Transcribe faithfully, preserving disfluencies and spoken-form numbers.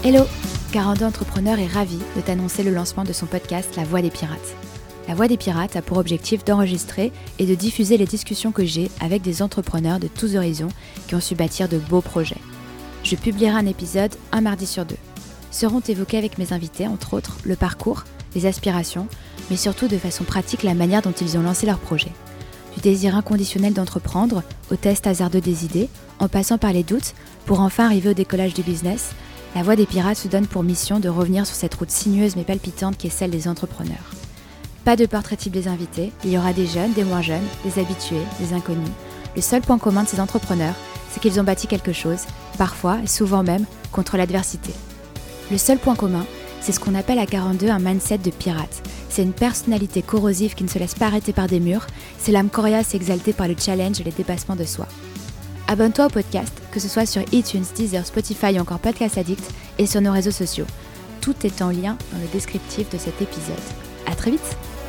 Hello, quarante-deux Entrepreneur est ravi de t'annoncer le lancement de son podcast La Voix des Pirates. La Voix des Pirates a pour objectif d'enregistrer et de diffuser les discussions que j'ai avec des entrepreneurs de tous horizons qui ont su bâtir de beaux projets. Je publierai un épisode un mardi sur deux. Seront évoqués avec mes invités, entre autres, le parcours, les aspirations, mais surtout de façon pratique la manière dont ils ont lancé leur projet. Du désir inconditionnel d'entreprendre, au test hasardeux des idées, en passant par les doutes, pour enfin arriver au décollage du business, La Voix des Pirates se donne pour mission de revenir sur cette route sinueuse mais palpitante qui est celle des entrepreneurs. Pas de portrait type des invités, il y aura des jeunes, des moins jeunes, des habitués, des inconnus. Le seul point commun de ces entrepreneurs, c'est qu'ils ont bâti quelque chose, parfois et souvent même, contre l'adversité. Le seul point commun, c'est ce qu'on appelle à quarante-deux un mindset de pirate. C'est une personnalité corrosive qui ne se laisse pas arrêter par des murs, c'est l'âme coriace exaltée par le challenge et les dépassements de soi. Abonne-toi au podcast, que ce soit sur iTunes, Deezer, Spotify ou encore Podcast Addict et sur nos réseaux sociaux. Tout est en lien dans le descriptif de cet épisode. À très vite!